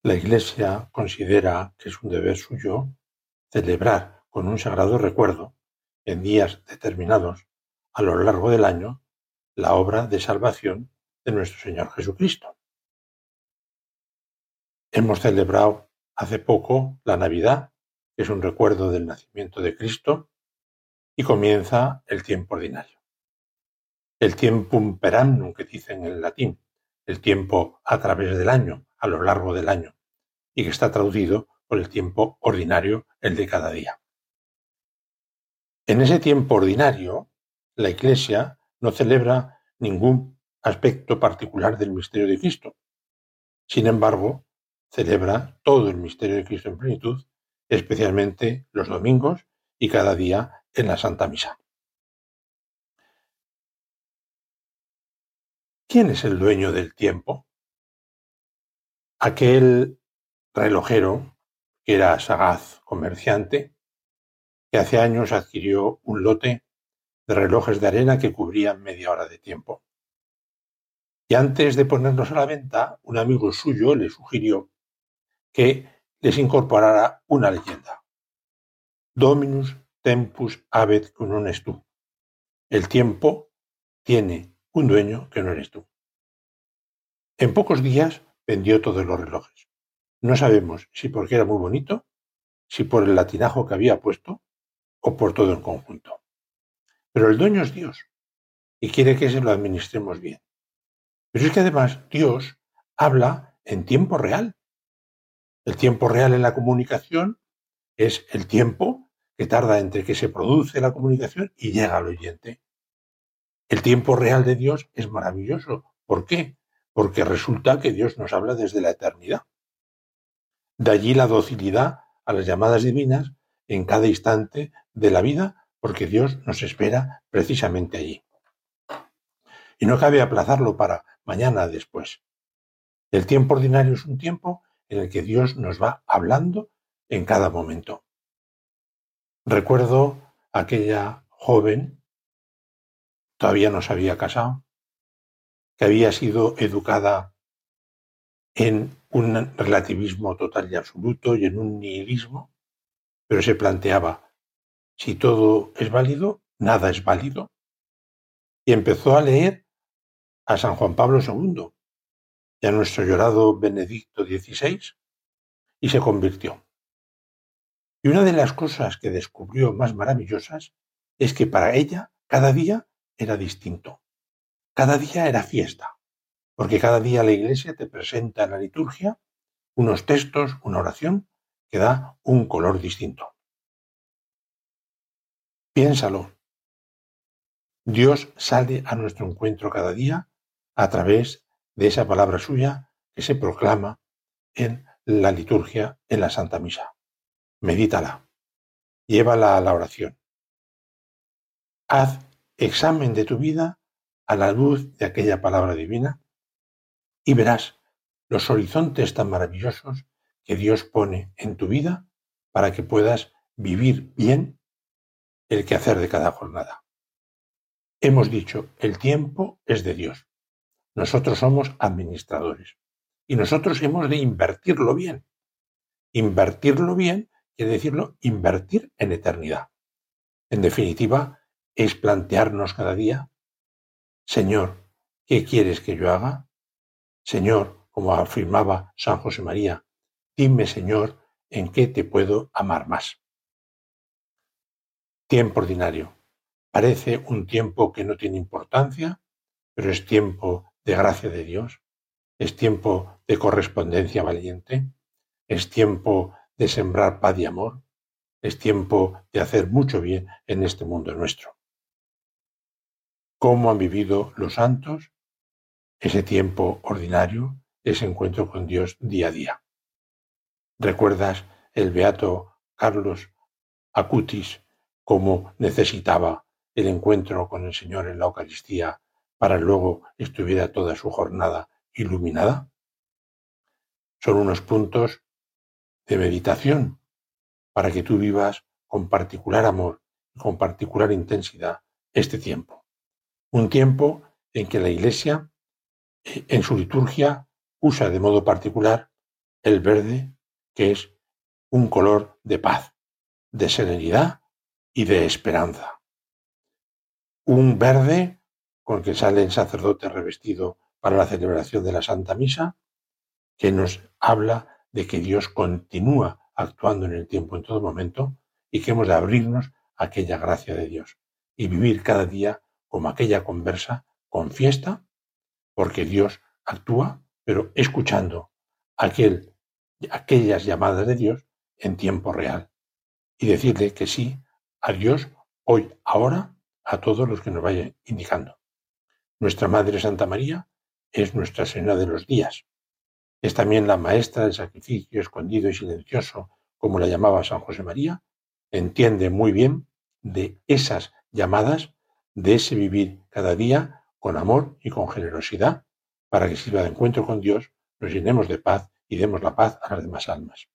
La Iglesia considera que es un deber suyo celebrar con un sagrado recuerdo, en días determinados a lo largo del año, la obra de salvación de nuestro Señor Jesucristo. Hemos celebrado hace poco la Navidad, que es un recuerdo del nacimiento de Cristo, y comienza el tiempo ordinario. El tiempum per annum, que dicen en latín, el tiempo a través del año, a lo largo del año, y que está traducido por el tiempo ordinario, el de cada día. En ese tiempo ordinario, la Iglesia no celebra ningún aspecto particular del misterio de Cristo. Sin embargo, celebra todo el misterio de Cristo en plenitud, especialmente los domingos y cada día en la Santa Misa. ¿Quién es el dueño del tiempo? Aquel relojero, que era sagaz comerciante, que hace años adquirió un lote de relojes de arena que cubrían media hora de tiempo. Y antes de ponerlos a la venta, un amigo suyo le sugirió que les incorporara una leyenda. Dominus tempus habet cum non est tu. El tiempo tiene un dueño que no eres tú. En pocos días vendió todos los relojes. No sabemos si porque era muy bonito, si por el latinajo que había puesto o por todo en conjunto. Pero el dueño es Dios y quiere que se lo administremos bien. Pero es que además Dios habla en tiempo real. El tiempo real en la comunicación es el tiempo que tarda entre que se produce la comunicación y llega al oyente. El tiempo real de Dios es maravilloso. ¿Por qué? Porque resulta que Dios nos habla desde la eternidad. De allí la docilidad a las llamadas divinas en cada instante de la vida, porque Dios nos espera precisamente allí. Y no cabe aplazarlo para mañana después. El tiempo ordinario es un tiempo en el que Dios nos va hablando en cada momento. Recuerdo aquella joven, todavía no se había casado, que había sido educada en un relativismo total y absoluto y en un nihilismo, pero se planteaba, si todo es válido, nada es válido. Y empezó a leer a San Juan Pablo II y a nuestro llorado Benedicto XVI y se convirtió. Y una de las cosas que descubrió más maravillosas es que para ella cada día era distinto. Cada día era fiesta, porque cada día la Iglesia te presenta en la liturgia unos textos, una oración que da un color distinto. Piénsalo. Dios sale a nuestro encuentro cada día a través de esa palabra suya que se proclama en la liturgia, en la Santa Misa. Medítala, llévala a la oración. Haz examen de tu vida a la luz de aquella palabra divina y verás los horizontes tan maravillosos que Dios pone en tu vida para que puedas vivir bien el quehacer de cada jornada. Hemos dicho, el tiempo es de Dios. Nosotros somos administradores y nosotros hemos de invertirlo bien. Invertirlo bien quiere decirlo invertir en eternidad. En definitiva, es plantearnos cada día, Señor, ¿qué quieres que yo haga? Señor, como afirmaba San José María, dime, Señor, en qué te puedo amar más. Tiempo ordinario. Parece un tiempo que no tiene importancia, pero es tiempo de gracia de Dios, es tiempo de correspondencia valiente, es tiempo de sembrar paz y amor, es tiempo de hacer mucho bien en este mundo nuestro. ¿Cómo han vivido los santos ese tiempo ordinario, ese encuentro con Dios día a día? ¿Recuerdas el beato Carlos Acutis cómo necesitaba el encuentro con el Señor en la Eucaristía para luego estuviera toda su jornada iluminada? Son unos puntos de meditación para que tú vivas con particular amor y con particular intensidad este tiempo. Un tiempo en que la Iglesia, en su liturgia, usa de modo particular el verde, que es un color de paz, de serenidad y de esperanza. Un verde con que sale el sacerdote revestido para la celebración de la Santa Misa, que nos habla de que Dios continúa actuando en el tiempo en todo momento y que hemos de abrirnos a aquella gracia de Dios y vivir cada día como aquella conversa con fiesta, porque Dios actúa, pero escuchando aquellas llamadas de Dios en tiempo real y decirle que sí a Dios hoy, ahora, a todos los que nos vayan indicando. Nuestra Madre Santa María es Nuestra Señora de los días. Es también la maestra del sacrificio escondido y silencioso, como la llamaba San José María. Entiende muy bien de esas llamadas, de ese vivir cada día con amor y con generosidad, para que sirva de encuentro con Dios, nos llenemos de paz y demos la paz a las demás almas.